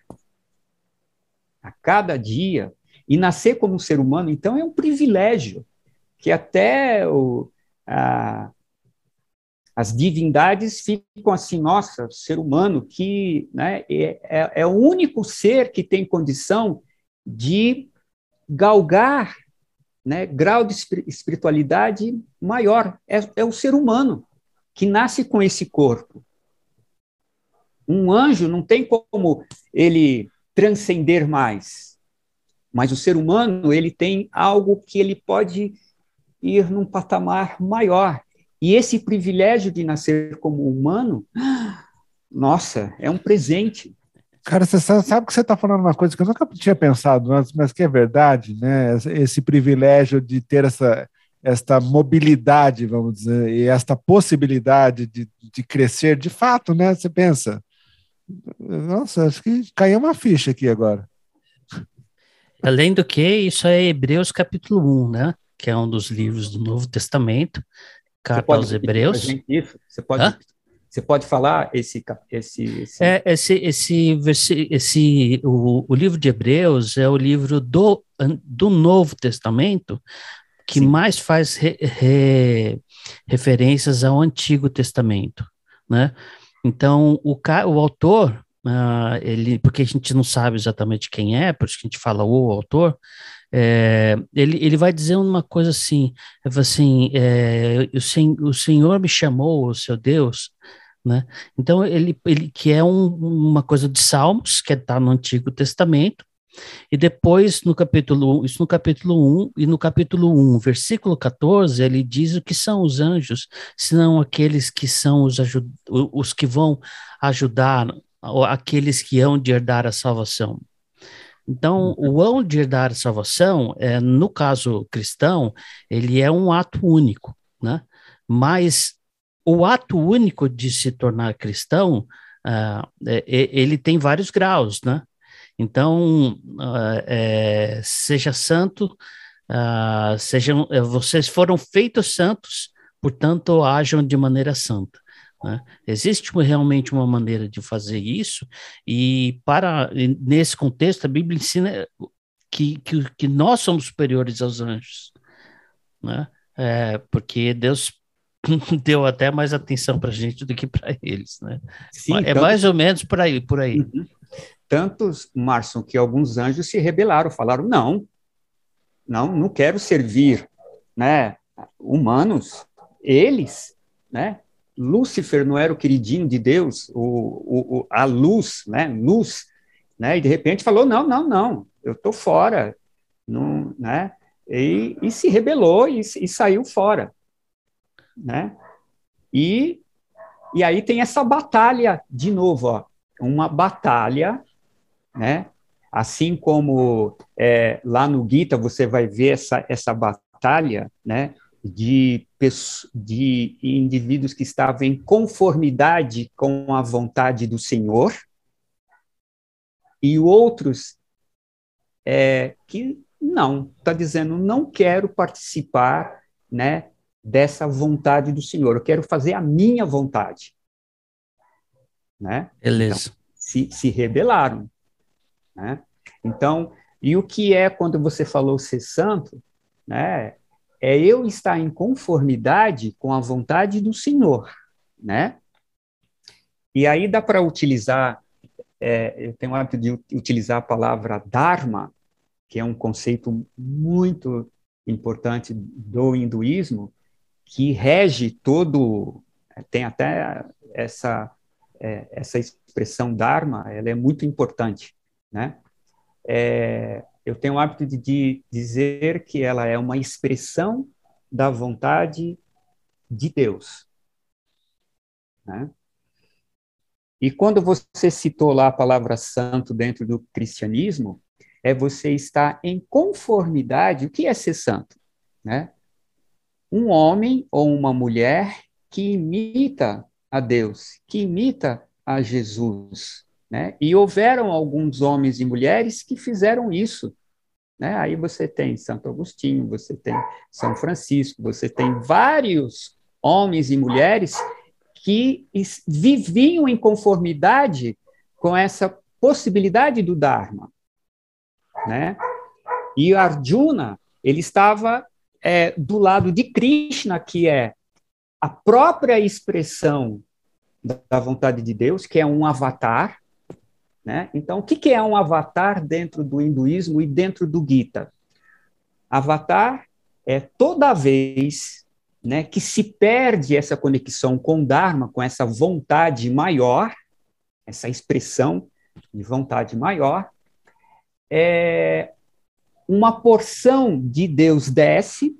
a cada dia, e nascer como um ser humano, então, é um privilégio, que até o, a, as divindades ficam assim, nossa, ser humano, que, né, é, é, é o único ser que tem condição de galgar, né, grau de espiritualidade maior. É, é o ser humano, que nasce com esse corpo. Um anjo não tem como ele transcender mais, mas o ser humano, ele tem algo que ele pode ir num patamar maior. E esse privilégio de nascer como humano, nossa, é um presente. Cara, você sabe que você está falando uma coisa que eu nunca tinha pensado antes, mas que é verdade, né? Esse privilégio de ter essa, esta mobilidade, vamos dizer, e esta possibilidade de, de crescer de fato, né? Você pensa, Nossa, acho que caiu uma ficha aqui agora. Além do que, isso é Hebreus capítulo um, né? Que é um dos livros do Novo Testamento, Você carta pode aos repetir para a Hebreus. gente isso? Você pode, Hã? você pode falar esse, esse, esse... É, esse, esse, versi- esse o, o livro de Hebreus é o livro do, do Novo Testamento que Sim. mais faz re, re, referências ao Antigo Testamento, né? Então, o, o autor, uh, ele, porque a gente não sabe exatamente quem é, por isso que a gente fala o autor, é, ele, ele vai dizer uma coisa assim, assim é, o, sen, o Senhor me chamou, o seu Deus, né? Então, ele, ele que é um, uma coisa de Salmos, que está no Antigo Testamento, e depois, no capítulo, isso no capítulo um, e no capítulo um, versículo quatorze, ele diz o que são os anjos, senão aqueles que são os, os que vão ajudar, aqueles que hão de herdar a salvação. Então, o hão de herdar a salvação, é, no caso cristão, ele é um ato único, né? Mas o ato único de se tornar cristão, uh, é, ele tem vários graus, né? Então, uh, é, seja santo, uh, sejam, vocês foram feitos santos, portanto, ajam de maneira santa. Né? Existe realmente uma maneira de fazer isso, e para nesse contexto, a Bíblia ensina que, que, que nós somos superiores aos anjos, né? É, porque Deus deu até mais atenção para a gente do que para eles, né? Sim, É tanto, mais ou menos por aí, por aí. Uhum. Tantos, Márcio, que alguns anjos se rebelaram, falaram, não, não, não quero servir, né, humanos, eles, né, Lúcifer não era o queridinho de Deus, o, o, a luz, né, luz, né, e de repente falou, não, não, não, eu estou fora, não, né, e, e se rebelou e, e saiu fora, né, e, e aí tem essa batalha, de novo, ó, uma batalha, né, assim como é, lá no Gita você vai ver essa, essa batalha, né, de, de indivíduos que estavam em conformidade com a vontade do Senhor e outros é, que não, está dizendo, não quero participar, né, dessa vontade do Senhor, eu quero fazer a minha vontade. Né? Beleza. Então, se, se rebelaram. Né? Então, e o que é quando você falou ser santo? Né? É eu estar em conformidade com a vontade do Senhor. Né? E aí dá para utilizar, é, eu tenho o hábito de utilizar a palavra dharma, que é um conceito muito importante do hinduísmo, que rege todo, tem até essa, é, essa expressão dharma, ela é muito importante, né? É, eu tenho o hábito de, de dizer que ela é uma expressão da vontade de Deus, né? E quando você citou lá a palavra santo dentro do cristianismo, é você estar em conformidade. O que é ser santo? Né? Um homem ou uma mulher que imita a Deus, que imita a Jesus. Né? E houveram alguns homens e mulheres que fizeram isso. Né? Aí você tem Santo Agostinho, você tem São Francisco, você tem vários homens e mulheres que viviam em conformidade com essa possibilidade do Dharma. Né? E Arjuna, ele estava é, do lado de Krishna, que é a própria expressão da vontade de Deus, que é um avatar. Né? Então, o que é um avatar dentro do hinduísmo e dentro do Gita? Avatar é toda vez, né, que se perde essa conexão com o Dharma, com essa vontade maior, essa expressão de vontade maior, é, uma porção de Deus desce,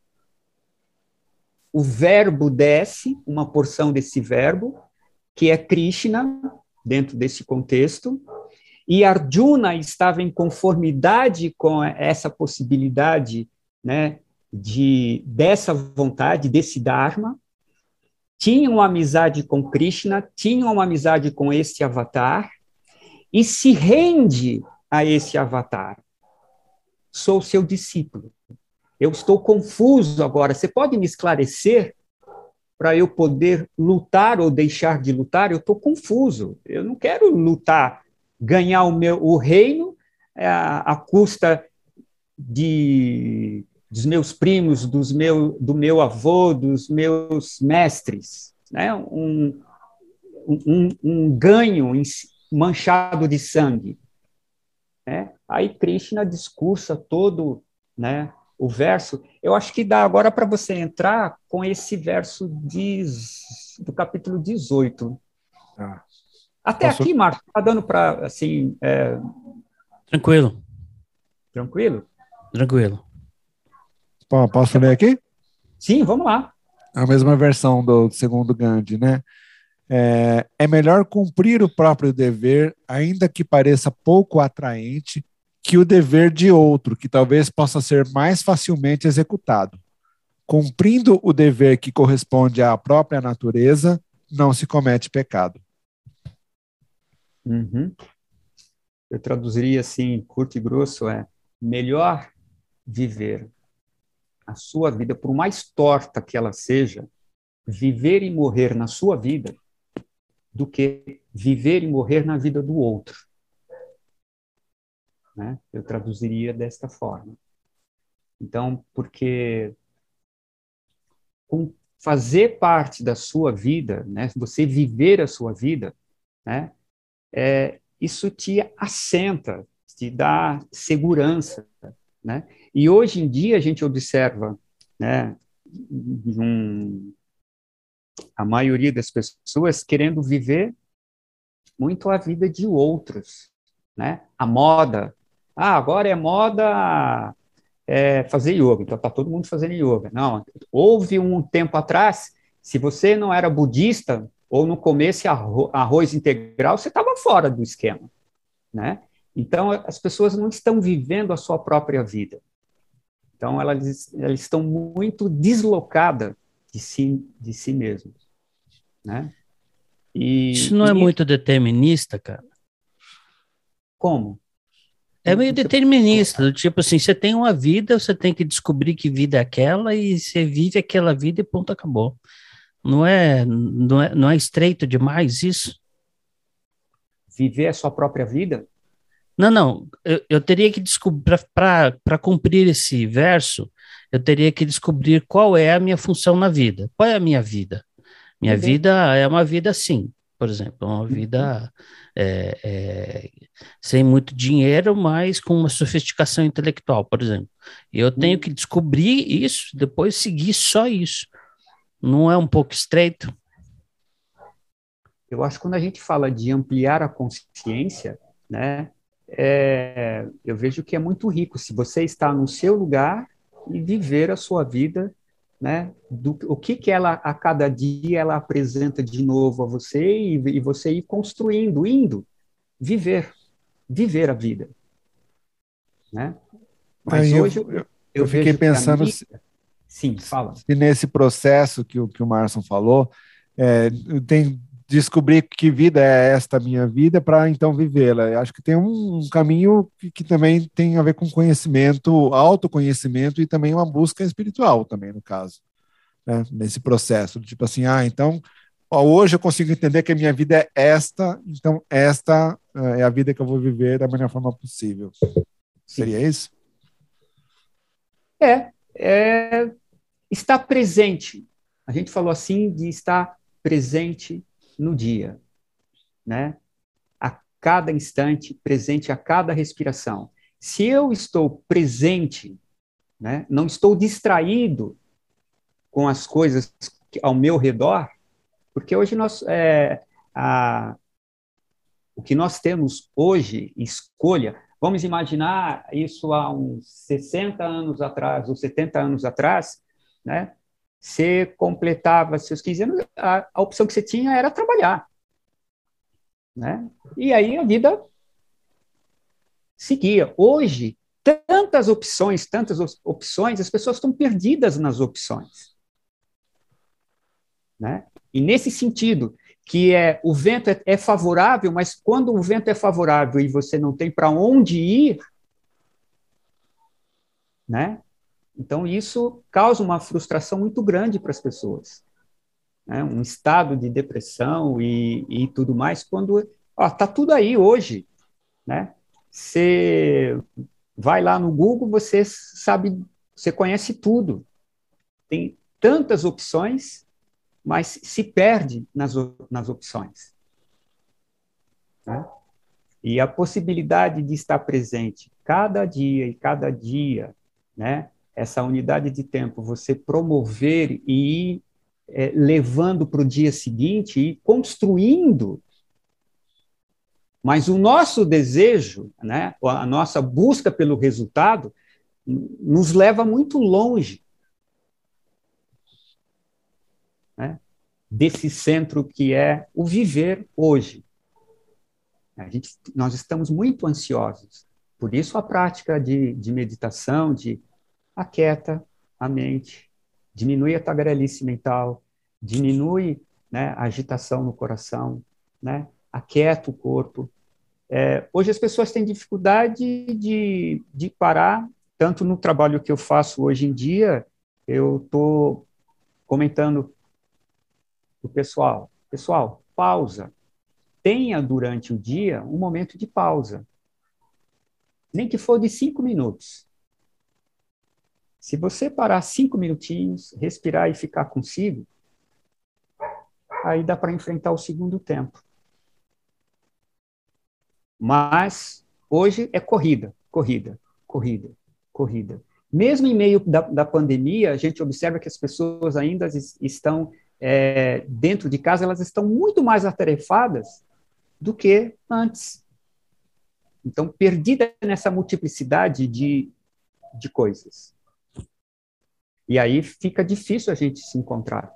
o verbo desce, uma porção desse verbo, que é Krishna, dentro desse contexto, e Arjuna estava em conformidade com essa possibilidade, né, de, dessa vontade, desse Dharma, tinha uma amizade com Krishna, tinha uma amizade com este avatar, e se rende a esse avatar. Sou seu discípulo. Eu estou confuso agora. Você pode me esclarecer para eu poder lutar ou deixar de lutar? Eu estou confuso. Eu não quero lutar, ganhar o meu o reino à, à custa de, dos meus primos, dos meu, do meu avô, dos meus mestres. Né? Um, um, um ganho manchado de sangue. Né? Aí Krishna discursa todo, né, o verso. Eu acho que dá agora para você entrar com esse verso de, do capítulo dezoito. Ah. Até Posso... aqui, Marcos, está dando para, assim... É... Tranquilo. Tranquilo? Tranquilo. Bom, posso ler aqui? Sim, vamos lá. A mesma versão do segundo Gandhi, né? É, é melhor cumprir o próprio dever, ainda que pareça pouco atraente, que o dever de outro, que talvez possa ser mais facilmente executado. Cumprindo o dever que corresponde à própria natureza, não se comete pecado. Uhum. Eu traduziria assim, curto e grosso, é melhor viver a sua vida, por mais torta que ela seja, viver e morrer na sua vida, do que viver e morrer na vida do outro. Né? Eu traduziria desta forma. Então, porque com fazer parte da sua vida, né, você viver a sua vida, né, é, isso te assenta, te dá segurança. Né? E hoje em dia a gente observa, né, um, a maioria das pessoas querendo viver muito a vida de outros, né? A moda. Ah, agora é moda é, fazer yoga, então está todo mundo fazendo yoga. Não, houve um tempo atrás, se você não era budista, ou no começo arro arroz integral, você estava fora do esquema, né? Então, as pessoas não estão vivendo a sua própria vida. Então, elas, elas estão muito deslocadas de si, de si mesmas, né? E, Isso não é e... muito determinista, cara? Como? É meio determinista, do tipo assim, você tem uma vida, você tem que descobrir que vida é aquela e você vive aquela vida e ponto, acabou. Não é, não é, não é estreito demais isso? Viver a sua própria vida? Não, não, eu, eu teria que descobrir, para cumprir esse verso, eu teria que descobrir qual é a minha função na vida. Qual é a minha vida? Minha Viver. vida é uma vida assim, por exemplo, uma vida é, é, sem muito dinheiro, mas com uma sofisticação intelectual, por exemplo. Eu tenho que descobrir isso, depois seguir só isso. Não é um pouco estreito? Eu acho que quando a gente fala de ampliar a consciência, né, é, eu vejo que é muito rico se você está no seu lugar e viver a sua vida, né, do, o que que ela, a cada dia, ela apresenta de novo a você e, e você ir construindo, indo, viver, viver a vida. Né? Mas Aí hoje eu, eu, eu, eu fiquei pensando mídia... se, Sim, fala. se nesse processo que o, que o Márcio falou, é, tem descobrir que vida é esta minha vida para então vivê-la. Acho que tem um, um caminho que, que também tem a ver com conhecimento, autoconhecimento e também uma busca espiritual também, no caso, né? Nesse processo, tipo assim, ah, então, ó, hoje eu consigo entender que a minha vida é esta, então esta uh, é a vida que eu vou viver da melhor forma possível. Sim. Seria isso? É, é estar presente. A gente falou assim de estar presente no dia, né? A cada instante, presente a cada respiração. Se eu estou presente, né, não estou distraído com as coisas ao meu redor, porque hoje nós, é, a, o que nós temos hoje, escolha, vamos imaginar isso há uns sessenta anos atrás, ou setenta anos atrás, né? Você completava seus quinze anos, a, a opção que você tinha era trabalhar. Né? E aí a vida seguia. Hoje, tantas opções, tantas opções, as pessoas estão perdidas nas opções. Né? E nesse sentido, que é o vento é, é favorável, mas quando o vento é favorável e você não tem para onde ir, né? Então isso causa uma frustração muito grande para as pessoas, né? Um estado de depressão e, e tudo mais, quando ó, tá tudo aí hoje, né? Você vai lá no Google, você sabe, você conhece tudo, tem tantas opções, mas se perde nas, nas opções, né? E a possibilidade de estar presente cada dia e cada dia, né? Essa unidade de tempo, você promover e ir é, levando para o dia seguinte e construindo. Mas o nosso desejo, né? A nossa busca pelo resultado, nos leva muito longe, né? Desse centro que é o viver hoje. A gente, nós estamos muito ansiosos. Por isso a prática de, de meditação, de aquieta a mente, diminui a tagarelice mental, diminui, né, a agitação no coração, né, aquieta o corpo. É, hoje as pessoas têm dificuldade de, de parar, tanto no trabalho que eu faço hoje em dia, eu estou comentando para o pessoal, pessoal, pausa. Tenha durante o dia um momento de pausa, nem que for de cinco minutos. Se você parar cinco minutinhos, respirar e ficar consigo, aí dá para enfrentar o segundo tempo. Mas hoje é corrida, corrida, corrida, corrida. Mesmo em meio da, da pandemia, a gente observa que as pessoas ainda estão é, dentro de casa, elas estão muito mais atarefadas do que antes. Então, perdida nessa multiplicidade de, de coisas. E aí fica difícil a gente se encontrar.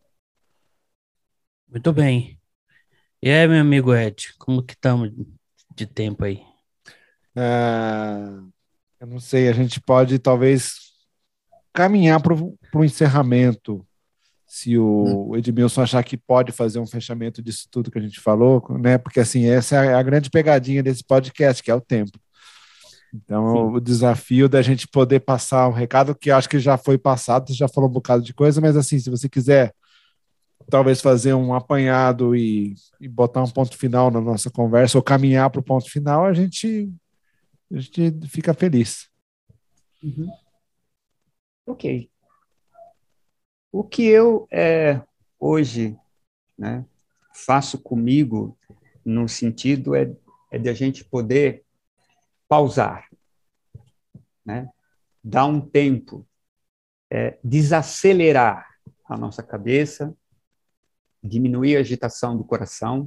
Muito bem. E aí, meu amigo Ed, como que estamos de tempo aí? É, eu não sei, a gente pode talvez caminhar para o encerramento, se o hum. Edmilson achar que pode fazer um fechamento disso tudo que a gente falou, né? Porque assim, essa é a grande pegadinha desse podcast, que é o tempo. Então, Sim. o desafio da gente poder passar um recado que eu acho que já foi passado, você já falou um bocado de coisa, mas assim, se você quiser talvez fazer um apanhado e, e botar um ponto final na nossa conversa, ou caminhar para o ponto final, a gente, a gente fica feliz. Uhum. Ok. O que eu é, hoje, né, faço comigo, no sentido é, é de a gente poder pausar, né, dar um tempo, é, desacelerar a nossa cabeça, diminuir a agitação do coração,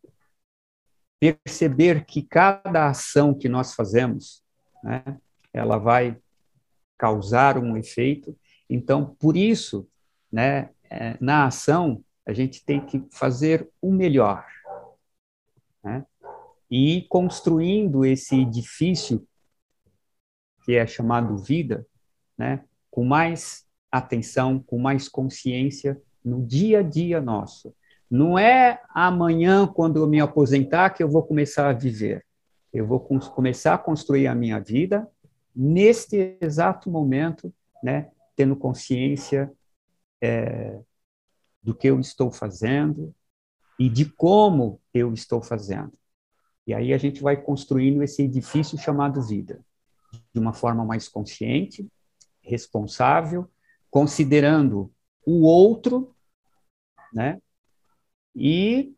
perceber que cada ação que nós fazemos, né, ela vai causar um efeito. Então, por isso, né, na ação, a gente tem que fazer o melhor, né, e ir construindo esse edifício que é chamado vida, né, com mais atenção, com mais consciência no dia a dia nosso. Não é amanhã, quando eu me aposentar, que eu vou começar a viver. Eu vou começar a construir a minha vida neste exato momento, né, tendo consciência é, do que eu estou fazendo e de como eu estou fazendo. E aí a gente vai construindo esse edifício chamado vida, de uma forma mais consciente, responsável, considerando o outro, né, e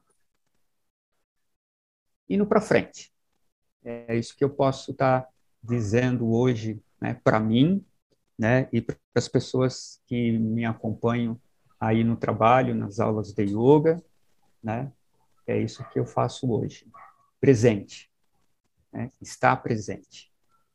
indo para frente. É isso que eu posso estar dizendo hoje, né, para mim, né, e para as pessoas que me acompanham aí no trabalho, nas aulas de yoga, né, é isso que eu faço hoje. Presente, né, estar presente.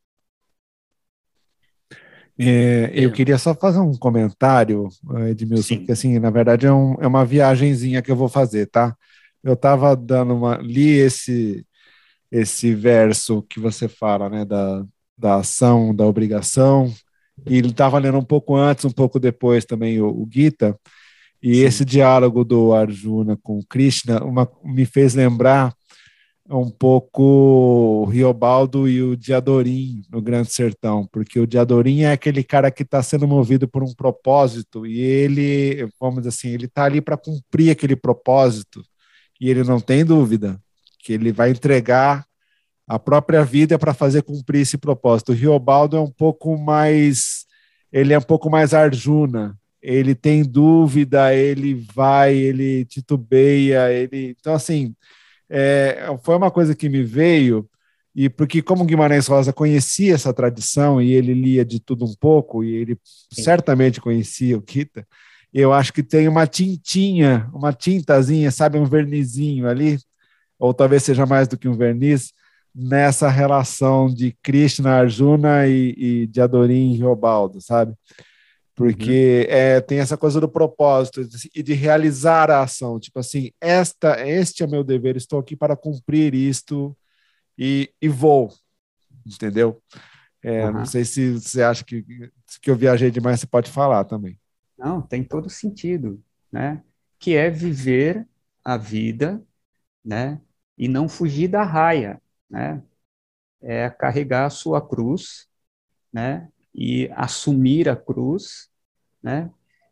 É, eu queria só fazer um comentário, Edmilson, Sim. porque assim, na verdade é, um, é uma viagenzinha que eu vou fazer, tá? Eu estava dando uma, li esse esse verso que você fala, né, da, da ação, da obrigação, e ele estava lendo um pouco antes, um pouco depois também o, o Gita, E Sim. esse diálogo do Arjuna com o Krishna uma, me fez lembrar um pouco o Riobaldo e o Diadorim no Grande Sertão, porque o Diadorim é aquele cara que está sendo movido por um propósito e ele, vamos dizer assim, ele está ali para cumprir aquele propósito e ele não tem dúvida que ele vai entregar a própria vida para fazer cumprir esse propósito. O Riobaldo é um pouco mais, ele é um pouco mais Arjuna, ele tem dúvida, ele vai, ele titubeia, ele, então assim, é, foi uma coisa que me veio, e porque como Guimarães Rosa conhecia essa tradição e ele lia de tudo um pouco, e ele Sim. certamente conhecia o Gita, eu acho que tem uma tintinha, uma tintazinha, sabe, um vernizinho ali, ou talvez seja mais do que um verniz, nessa relação de Krishna, Arjuna e, e de Adorim e Riobaldo, sabe? Porque uhum. é, tem essa coisa do propósito e de realizar a ação. Tipo assim, esta, este é meu dever, estou aqui para cumprir isto e, e vou, entendeu? É, uhum. Não sei se você acha que, que eu viajei demais, você pode falar também. Não, tem todo sentido, né? Que é viver a vida, né? E não fugir da raia, né? É carregar a sua cruz, né? E assumir a cruz, né?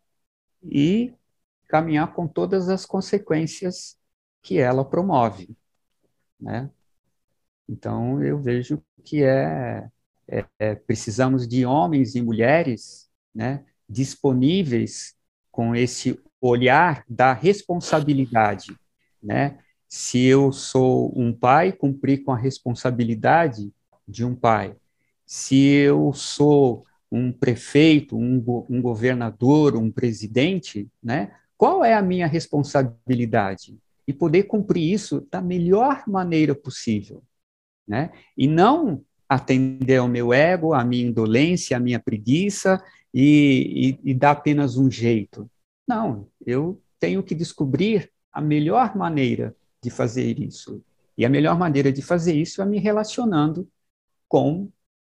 E caminhar com todas as consequências que ela promove, né? Então, eu vejo que é, é, é precisamos de homens e mulheres, né? Disponíveis com esse olhar da responsabilidade, né? Se eu sou um pai, cumprir com a responsabilidade de um pai. Se eu sou um prefeito, um, um governador, um presidente, né? Qual é a minha responsabilidade? E poder cumprir isso da melhor maneira possível, né? E não atender ao meu ego, à minha indolência, à minha preguiça e, e, e dar apenas um jeito. Não, eu tenho que descobrir a melhor maneira de fazer isso. E a melhor maneira de fazer isso é me relacionando com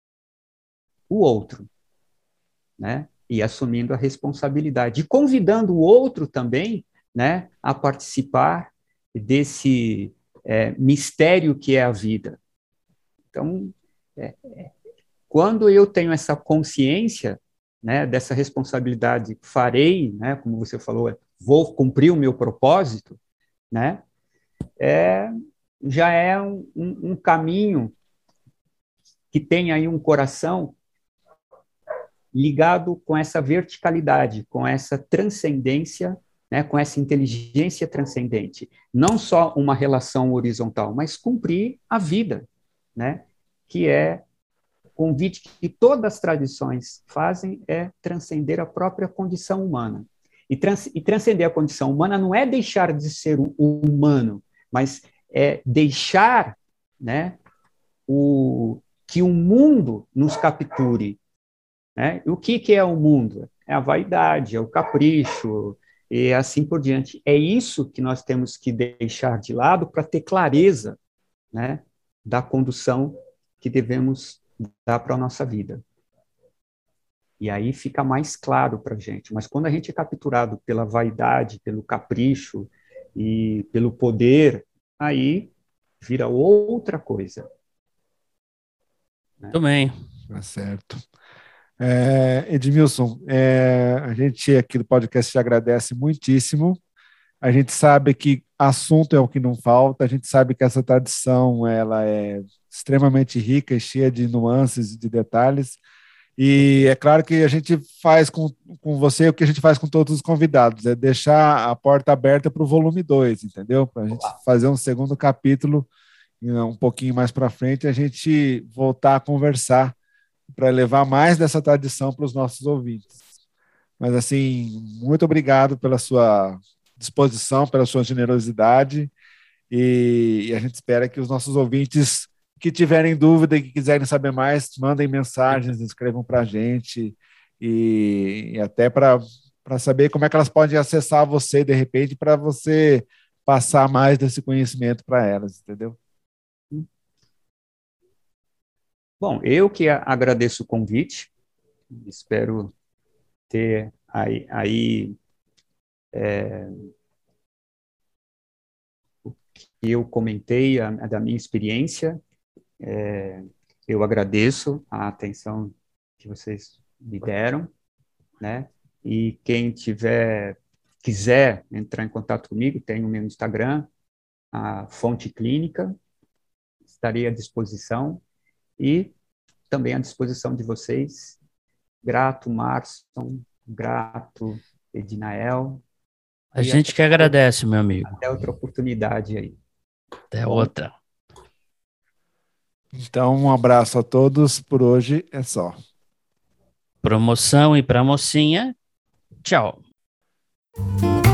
o outro, né? E assumindo a responsabilidade. E convidando o outro também, né, a participar desse é, mistério que é a vida. Então, é, é, quando eu tenho essa consciência, né, dessa responsabilidade, farei, né, como você falou, vou cumprir o meu propósito, né, é, já é um, um, um caminho que tem aí um coração ligado com essa verticalidade, com essa transcendência, né, com essa inteligência transcendente. Não só uma relação horizontal, mas cumprir a vida, né, que é o convite que todas as tradições fazem é transcender a própria condição humana. E, trans, e transcender a condição humana não é deixar de ser o, o humano, mas é deixar, né, o, que o mundo nos capture. Né? E o que, que é o mundo? É a vaidade, é o capricho, e assim por diante. É isso que nós temos que deixar de lado para ter clareza, né, da condução que devemos dar para a nossa vida. E aí fica mais claro para a gente. Mas quando a gente é capturado pela vaidade, pelo capricho e pelo poder, aí vira outra coisa. Né? Também. Tá certo. É, Edmilson, é, a gente aqui do podcast te agradece muitíssimo. A gente sabe que assunto é o que não falta, a gente sabe que essa tradição ela é extremamente rica e cheia de nuances e de detalhes. E é claro que a gente faz com, com você o que a gente faz com todos os convidados, é deixar a porta aberta para o volume dois, entendeu? Para a gente fazer um segundo capítulo um pouquinho mais para frente, a gente voltar a conversar para levar mais dessa tradição para os nossos ouvintes. Mas, assim, muito obrigado pela sua disposição, pela sua generosidade, e, e a gente espera que os nossos ouvintes que tiverem dúvida e que quiserem saber mais, mandem mensagens, escrevam para a gente, e, e até para saber como é que elas podem acessar você, de repente, para você passar mais desse conhecimento para elas, entendeu? Bom, eu que agradeço o convite, espero ter aí, aí é, o que eu comentei, a, a da minha experiência. É, eu agradeço a atenção que vocês me deram, né? E quem tiver, quiser entrar em contato comigo, tem o meu Instagram, a Fonte Clínica, estarei à disposição e também à disposição de vocês. Grato, Marson, grato, Edinael. A gente que agradece, meu amigo. Até outra oportunidade aí. Até outra. Então, um abraço a todos. Por hoje é só. Promoção e pra mocinha. Tchau.